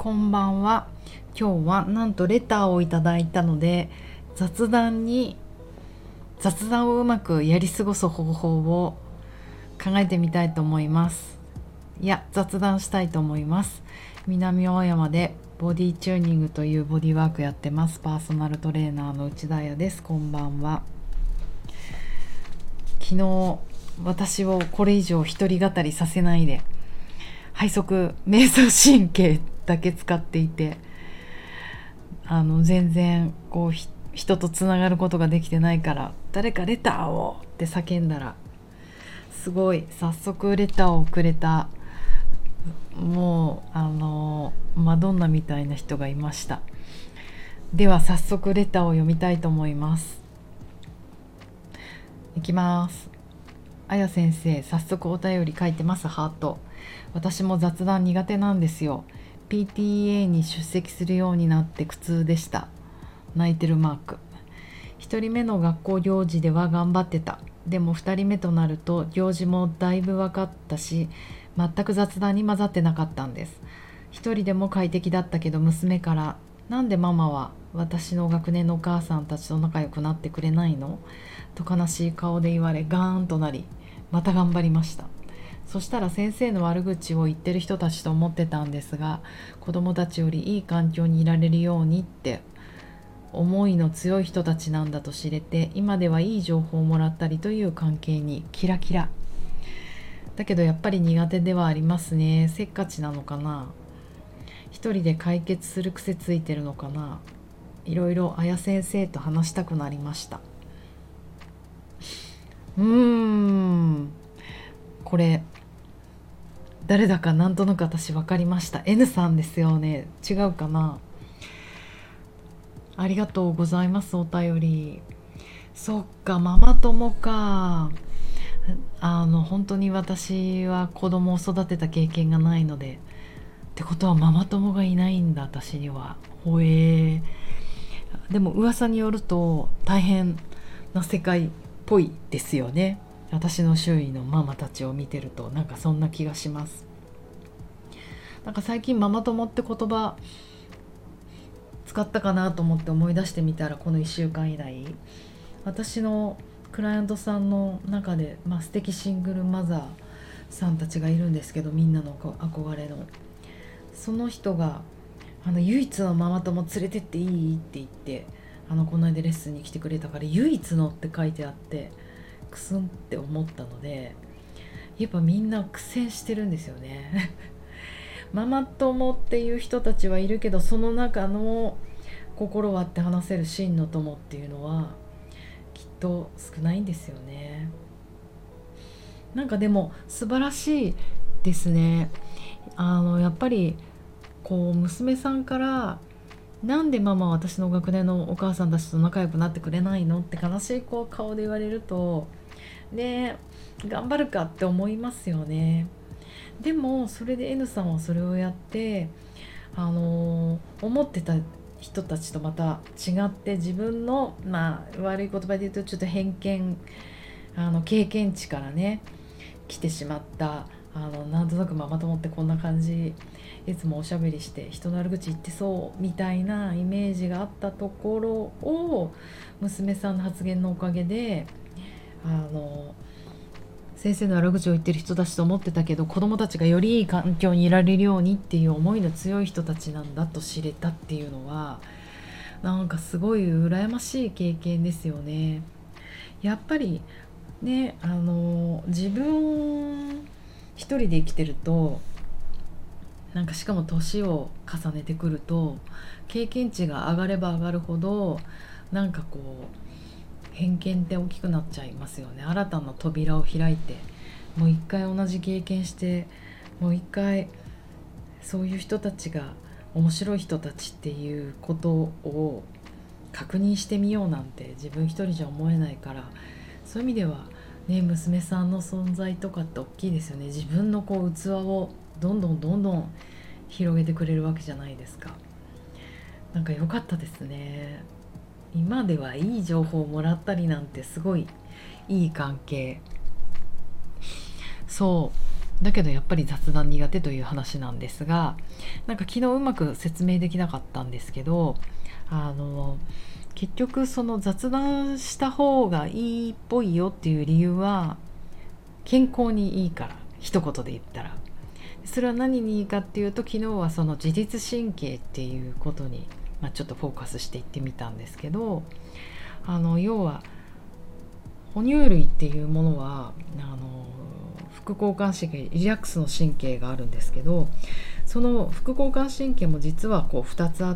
こんばんは。今日はなんとレターをいただいたので、雑談をうまくやり過ごす方法を考えてみたいと思います。雑談したいと思います。南青山でボディチューニングというボディワークやってます。パーソナルトレーナーの内田彩です。こんばんは。昨日私をこれ以上一人語りさせないで、背側瞑想神経だけ使っていて、全然人とつながることができてないから、誰かレターをって叫んだら、すごい早速レターをくれた、もうマドンナみたいな人がいました。では早速レターを読みたいと思います。いきます。あや先生、早速お便り書いてます。ハート。私も雑談苦手なんですよ。 PTA に出席するようになって苦痛でした。泣いてるマーク。1人目の学校行事では頑張ってた。でも2人目となると行事もだいぶ分かったし、全く雑談に混ざってなかったんです。1人でも快適だったけど、娘からなんでママは私の学年のお母さんたちと仲良くなってくれないのと悲しい顔で言われ、ガーンとなり、また頑張りました。そしたら先生の悪口を言ってる人たちと思ってたんですが、子供たちよりいい環境にいられるようにって思いの強い人たちなんだと知れて、今ではいい情報をもらったりという関係にキラキラ。だけどやっぱり苦手ではありますね。せっかちなのかな、一人で解決する癖ついてるのかな。いろいろあや先生と話したくなりました。これ誰だかなんとなく私分かりました。 N さんですよね。違うかな。ありがとうございます。お便り。そっか、ママ友か。本当に私は子供を育てた経験がないので、ってことはママ友がいないんだ、私には。ほえー。でも噂によると大変な世界っぽいですよね。私の周囲のママたちを見てるとなんかそんな気がします。なんか最近ママ友って言葉使ったかなと思って思い出してみたら、この1週間以来私のクライアントさんの中で、素敵シングルマザーさんたちがいるんですけど、みんなの憧れのその人が唯一のママ友連れてっていいって言って、この間レッスンに来てくれたから、唯一のって書いてあってクスンって思ったので、やっぱみんな苦戦してるんですよねママ友っていう人たちはいるけど、その中の心割って話せる真の友っていうのはきっと少ないんですよね。なんかでも素晴らしいですね。やっぱり娘さんから、なんでママは私の学年のお母さんたちと仲良くなってくれないのって悲しい顔で言われるとね、頑張るかって思いますよね。でもそれで N さんはそれをやって、思ってた人たちとまた違って、自分の、悪い言葉で言うとちょっと偏見、経験値からね来てしまった、なんとなくママ友ってこんな感じ、いつもおしゃべりして人の悪口言ってそうみたいなイメージがあったところを、娘さんの発言のおかげで先生の悪口を言ってる人たちと思ってたけど、子供たちがよりいい環境にいられるようにっていう思いの強い人たちなんだと知れたっていうのは、なんかすごい羨ましい経験ですよね。やっぱりね、自分一人で生きてると、なんかしかも年を重ねてくると、経験値が上がれば上がるほど、なんか偏見って大きくなっちゃいますよね。新たな扉を開いて、もう一回同じ経験して、もう一回そういう人たちが面白い人たちっていうことを確認してみようなんて自分一人じゃ思えないから、そういう意味ではね、娘さんの存在とかって大きいですよね。自分の器をどんどん広げてくれるわけじゃないですか。なんか良かったですね。今ではいい情報をもらったりなんて、すごいいい関係。そだけどやっぱり雑談苦手という話なんですが、なんか昨日うまく説明できなかったんですけど、結局その雑談した方がいいっぽいよっていう理由は健康にいいから、一言で言ったら。それは何にいいかっていうと、昨日はその自律神経っていうことに、ちょっとフォーカスしていってみたんですけど、要は哺乳類っていうものは副交感神経、リラックスの神経があるんですけど、その副交感神経も実はこう2つあって、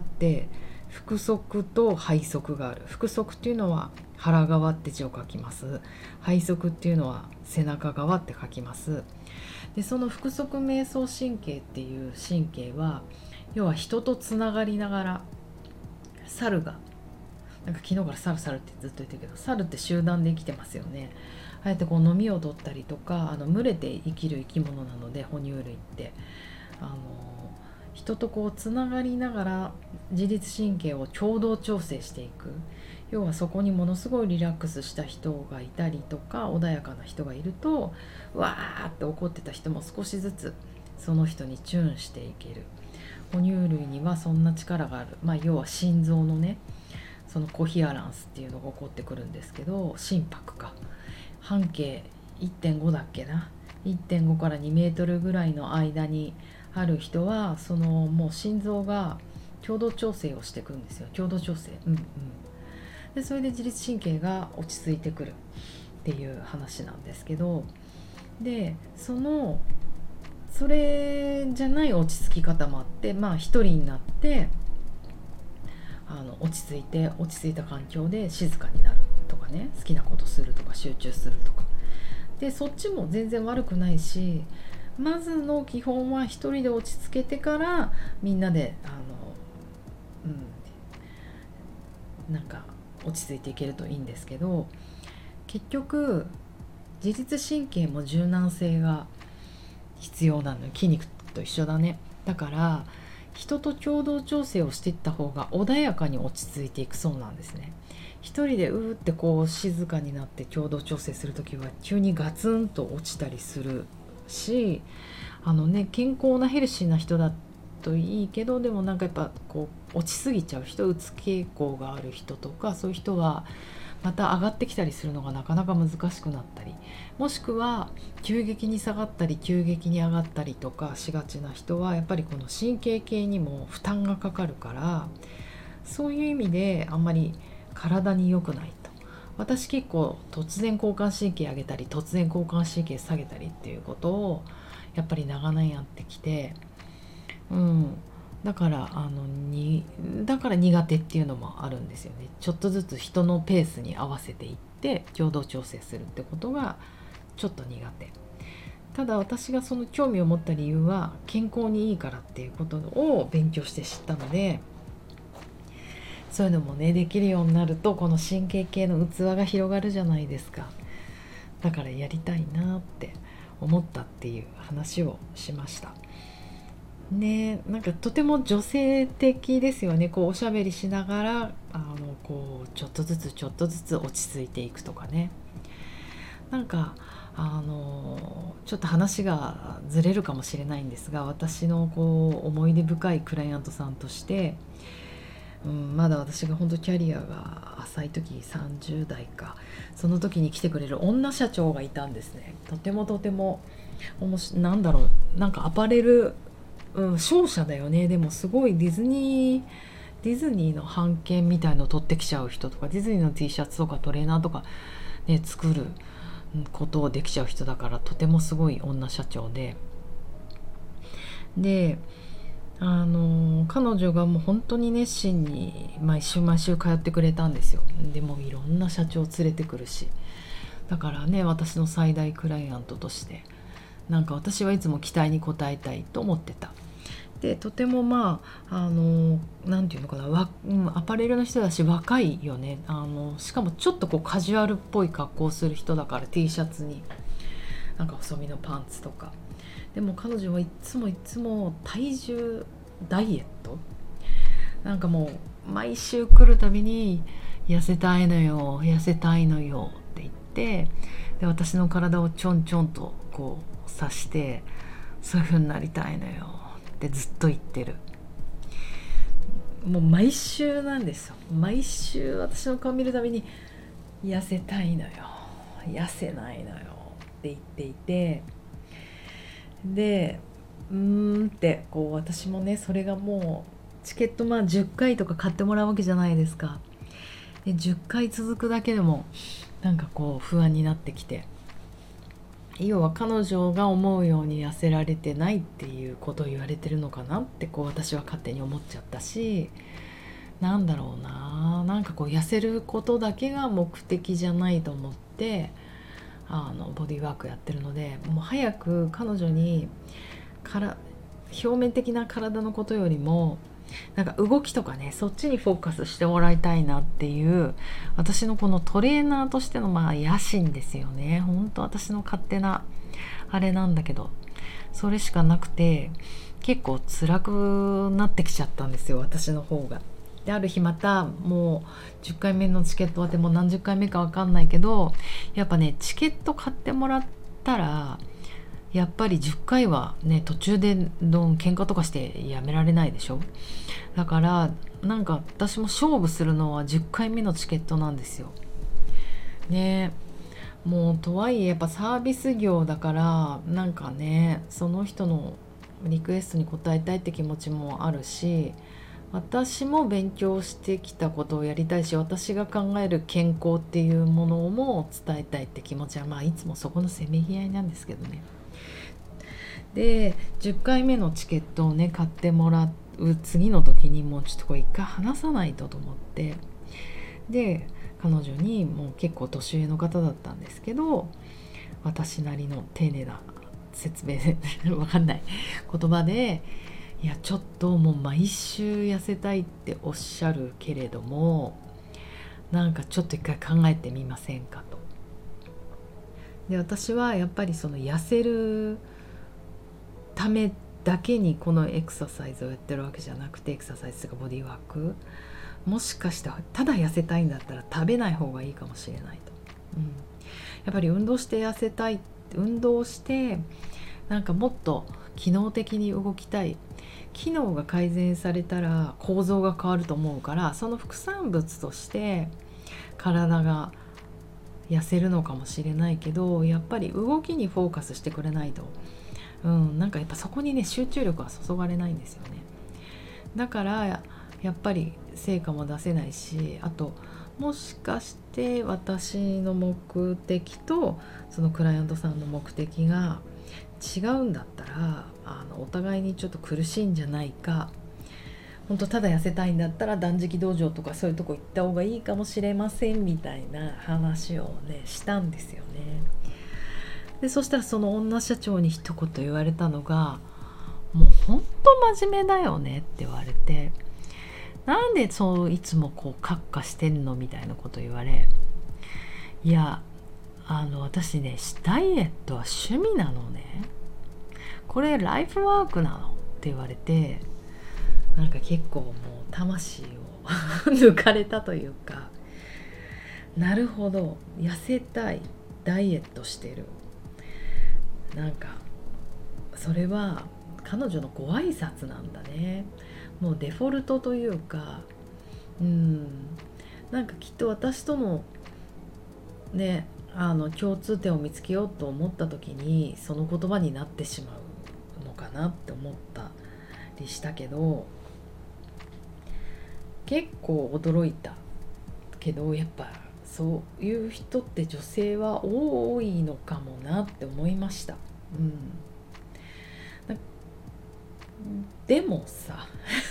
腹側と背側がある。腹側っていうのは腹側って字を書きます。背側っていうのは背中側って書きます。でその腹側瞑想神経っていう神経は、要は人とつながりながら、猿がなんか昨日から猿ってずっと言ってるけど、猿って集団で生きてますよね。ああやってこう飲みを取ったりとか、群れて生きる生き物なので、哺乳類って人とこうつながりながら自律神経を共同調整していく。要はそこにものすごいリラックスした人がいたりとか、穏やかな人がいると、わーって怒ってた人も少しずつその人にチューンしていける。哺乳類にはそんな力がある。要は心臓のね、そのコヒアランスっていうのが起こってくるんですけど、心拍か、半径 1.5 だっけな、1.5 から2メートルぐらいの間にある人は、そのもう心臓が共同調整をしていくんですよ。共同調整、でそれで自律神経が落ち着いてくるっていう話なんですけど、でそれじゃない落ち着き方もあって、一人になって落ち着いた環境で静かになるとかね、好きなことするとか集中するとかで、そっちも全然悪くないし、まずの基本は一人で落ち着けてからみんなでなんか落ち着いていけるといいんですけど、結局自律神経も柔軟性が必要なの。筋肉と一緒だね。だから人と共同調整をしていった方が穏やかに落ち着いていくそうなんですね。一人でうーってこう静かになって共同調整するときは急にガツンと落ちたりするし、健康なヘルシーな人だといいけど、でもなんかやっぱこう落ちすぎちゃう人、うつ傾向がある人とか、そういう人はまた上がってきたりするのがなかなか難しくなったり、もしくは急激に下がったり急激に上がったりとかしがちな人は、やっぱりこの神経系にも負担がかかるから、そういう意味であんまり体に良くないと。私結構突然交感神経上げたり突然交感神経下げたりっていうことをやっぱり長年やってきて、だからだから苦手っていうのもあるんですよね。ちょっとずつ人のペースに合わせていって共同調整するってことがちょっと苦手。ただ私がその興味を持った理由は健康にいいからっていうことを勉強して知ったので、そういうのもねできるようになると、この神経系の器が広がるじゃないですか。だからやりたいなって思ったっていう話をしましたね。なんかとても女性的ですよね。こうおしゃべりしながらこうちょっとずつ落ち着いていくとかね。なんかちょっと話がずれるかもしれないんですが、私のこう思い出深いクライアントさんとして、まだ私が本当キャリアが浅い時30代か、その時に来てくれる女社長がいたんですね。とてもなんだろう、なんかアパレル、商社だよね。でもすごいディズニーの版権みたいのを取ってきちゃう人とか、ディズニーの T シャツとかトレーナーとか、ね、作ることをできちゃう人だから、とてもすごい女社長で彼女がもう本当に熱心に毎週通ってくれたんですよ。でもいろんな社長連れてくるし、だからね、私の最大クライアントとしてなんか私はいつも期待に応えたいと思ってた。でとてもなんていうのかな、アパレルの人だし若いよね。しかもちょっとこうカジュアルっぽい格好をする人だから、 T シャツになんか細身のパンツとか。でも彼女はいつも体重ダイエット、なんかもう毎週来るたびに痩せたいのよって言って、で私の体をちょんちょんとこう刺して、そういう風になりたいのよってずっと言ってる。もう毎週なんですよ。毎週私の顔見るたびに痩せたいのよ、痩せないのよって言っていて、でってこう私もね、それがもうチケット10回とか買ってもらうわけじゃないですか。で10回続くだけでもなんかこう不安になってきて、要は彼女が思うように痩せられてないっていうことを言われてるのかなってこう私は勝手に思っちゃったし、なんだろうな、なんかこう痩せることだけが目的じゃないと思ってボディーワークやってるので、もう早く彼女に表面的な体のことよりもなんか動きとかね、そっちにフォーカスしてもらいたいなっていう私のこのトレーナーとしての野心ですよね。本当私の勝手なあれなんだけど、それしかなくて結構辛くなってきちゃったんですよ、私の方が。である日またもう10回目のチケットはでも何十回目か分かんないけど、やっぱねチケット買ってもらったらやっぱり10回はね途中で喧嘩とかしてやめられないでしょ。だからなんか私も勝負するのは10回目のチケットなんですよね。もうとはいえやっぱサービス業だからなんかね、その人のリクエストに応えたいって気持ちもあるし、私も勉強してきたことをやりたいし、私が考える健康っていうものも伝えたいって気持ちはいつもそこのせめぎ合いなんですけどね。で10回目のチケットをね買ってもらう次の時にもうちょっとこれ一回話さないとと思って、で彼女にもう結構年上の方だったんですけど、私なりの丁寧な説明わかんない言葉で、いやちょっともう毎週痩せたいっておっしゃるけれども、なんかちょっと一回考えてみませんかと。で私はやっぱりその痩せるためだけにこのエクササイズをやってるわけじゃなくて、エクササイズがボディワーク、もしかしてただ痩せたいんだったら食べない方がいいかもしれないと、やっぱり運動して痩せたい、運動してなんかもっと機能的に動きたい、機能が改善されたら構造が変わると思うから、その副産物として体が痩せるのかもしれないけど、やっぱり動きにフォーカスしてくれないと、なんかやっぱそこにね集中力は注がれないんですよね。だからやっぱり成果も出せないし、あともしかして私の目的とそのクライアントさんの目的が違うんだったらお互いにちょっと苦しいんじゃないか、本当ただ痩せたいんだったら断食道場とかそういうとこ行った方がいいかもしれませんみたいな話をねしたんですよね。でそしたらその女社長に一言言われたのが、もう本当真面目だよねって言われて、なんでそういつもこうカッカしてんのみたいなこと言われ、いや私ねダイエットは趣味なのね、これライフワークなのって言われて、なんか結構もう魂を抜かれたというか、なるほど痩せたい、ダイエットしてる、なんかそれは彼女のご挨拶なんだね。もうデフォルトというか、なんかきっと私とのね共通点を見つけようと思った時にその言葉になってしまうのかなって思ったりしたけど、結構驚いたけど、やっぱそういう人って女性は多いのかもなって思いました。でもさ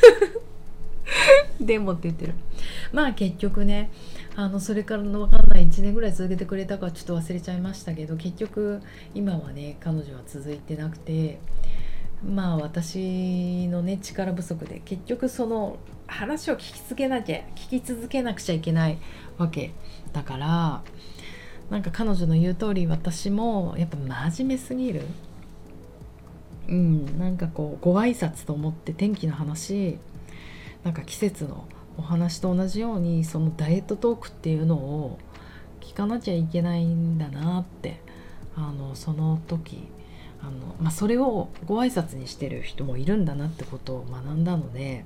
でもって言ってる。結局ねそれからの分かんない1年ぐらい続けてくれたかちょっと忘れちゃいましたけど、結局今はね彼女は続いてなくて、私のね力不足で結局その話を聞き続けなくちゃいけないわけだから、なんか彼女の言う通り私もやっぱ真面目すぎる。なんかこうご挨拶と思って天気の話、なんか季節のお話と同じようにそのダイエットトークっていうのを聞かなきゃいけないんだなって、その時それをご挨拶にしてる人もいるんだなってことを学んだので、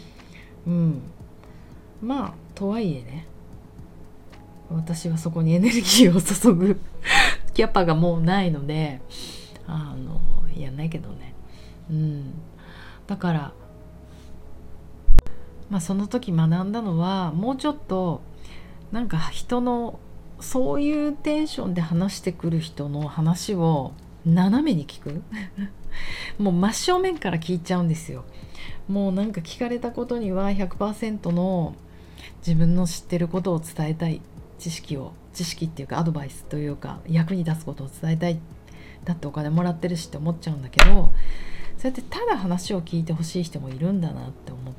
とはいえね、私はそこにエネルギーを注ぐキャパがもうないのでやんないけどね。だからその時学んだのは、もうちょっとなんか人のそういうテンションで話してくる人の話を斜めに聞くもう真正面から聞いちゃうんですよ。もうなんか聞かれたことには 100% の自分の知ってることを伝えたい、知識っていうかアドバイスというか役に立つことを伝えたい、だってお金もらってるしって思っちゃうんだけど、そうやってただ話を聞いてほしい人もいるんだなって思って、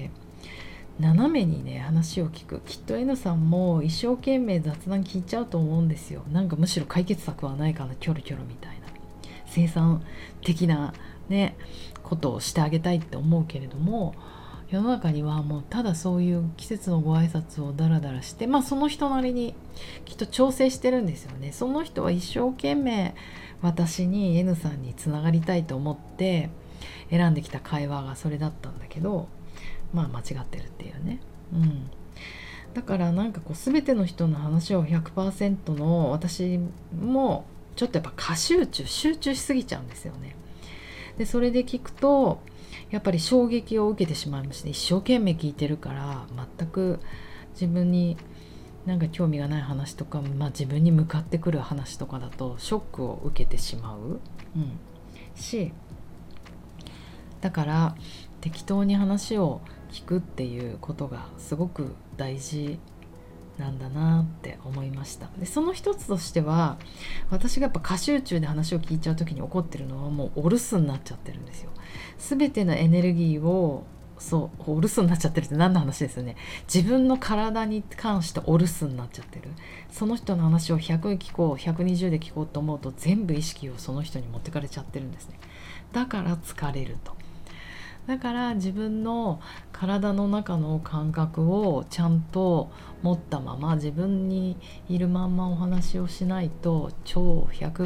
斜めにね話を聞く。きっと N さんも一生懸命雑談聞いちゃうと思うんですよ。なんかむしろ解決策はないかな、キョロキョロみたいな生産的なねことをしてあげたいって思うけれども、世の中にはもうただそういう季節のご挨拶をダラダラして、その人なりにきっと調整してるんですよね。その人は一生懸命私に N さんにつながりたいと思って選んできた会話がそれだったんだけど、間違ってるっていうね。だからなんかこう全ての人の話を 100% の、私もちょっとやっぱ集中しすぎちゃうんですよね。でそれで聞くとやっぱり衝撃を受けてしまいまして、一生懸命聞いてるから全く自分になんか興味がない話とか、自分に向かってくる話とかだとショックを受けてしまう、し、だから適当に話を聞くっていうことがすごく大事なんだなって思いました。でその一つとしては、私がやっぱ過集中で話を聞いちゃう時に起こってるのは、もうお留守になっちゃってるんですよ。全てのエネルギーをお留守になっちゃってるって何の話ですよね。自分の体に関してお留守になっちゃってる。その人の話を100聞こう120で聞こうと思うと、全部意識をその人に持ってかれちゃってるんですね。だから疲れると。だから自分の体の中の感覚をちゃんと持ったまま、自分にいるまんまお話をしないと超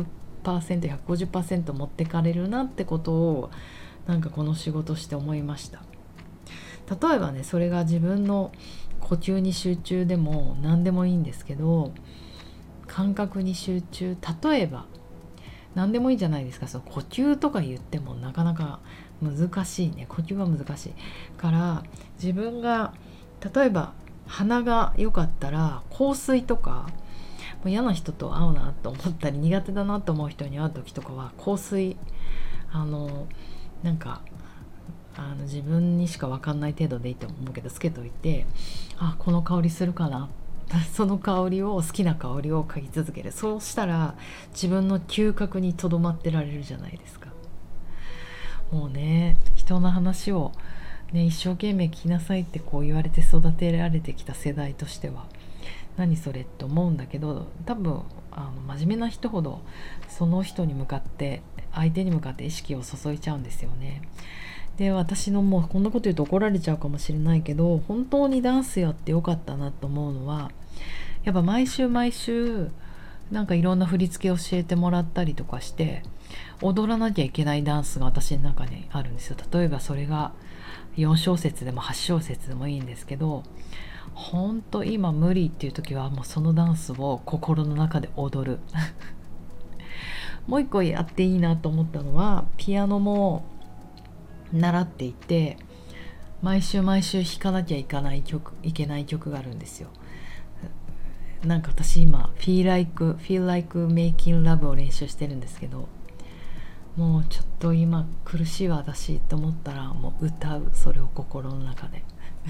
100%、150% 持ってかれるなってことを、なんかこの仕事して思いました。例えばね、それが自分の呼吸に集中でも何でもいいんですけど、感覚に集中、例えば何でもいいじゃないですか。その呼吸とか言ってもなかなか難しいね。呼吸は難しいから、自分が例えば鼻が良かったら香水とか、もう嫌な人と会うなと思ったり苦手だなと思う人に会う時とかは香水なんか自分にしか分かんない程度でいいと思うけどつけといて、この香りするかな、その香りを好きな香りを嗅ぎ続ける。そうしたら自分の嗅覚にとどまってられるじゃないですか。もうね、人の話を、一生懸命聞きなさいってこう言われて育てられてきた世代としては何それって思うんだけど、多分真面目な人ほどその人に向かって相手に向かって意識を注いちゃうんですよね。で私のもうこんなこと言うと怒られちゃうかもしれないけど、本当にダンスやってよかったなと思うのは、やっぱ毎週なんかいろんな振り付けを教えてもらったりとかして踊らなきゃいけないダンスが私の中にあるんですよ。例えばそれが4小節でも8小節でもいいんですけど、本当今無理っていう時はもうそのダンスを心の中で踊るもう一個やっていいなと思ったのは、ピアノも習っていて、毎週弾かなきゃいけない曲があるんですよ。なんか私今 Feel like making love を練習してるんですけど、もうちょっと今苦しいわ私と思ったらもう歌う、それを心の中で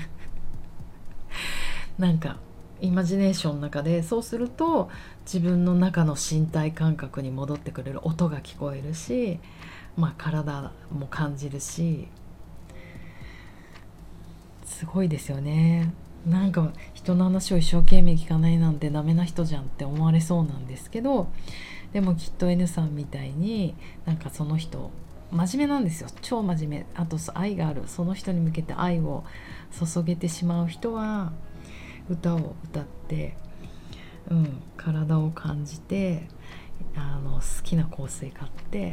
なんかイマジネーションの中で、そうすると自分の中の身体感覚に戻ってくれる、音が聞こえるし、体も感じるし、すごいですよね。なんか人の話を一生懸命聞かないなんてダメな人じゃんって思われそうなんですけど、でもきっと N さんみたいになんかその人真面目なんですよ。超真面目、あと愛がある、その人に向けて愛を注げてしまう人は歌を歌って体を感じて好きな香水買って、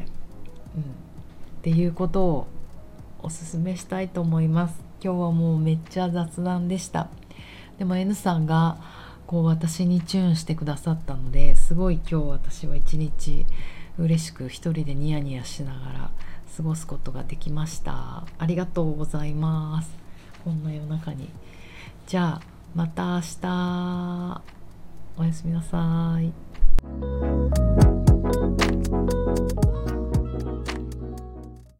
っていうことをおすすめしたいと思います。今日はもうめっちゃ雑談でした。でも N さんがこう私にチューンしてくださったので、すごい今日私は一日嬉しく一人でニヤニヤしながら過ごすことができました。ありがとうございます。こんな夜中に。じゃあまた明日。おやすみなさい。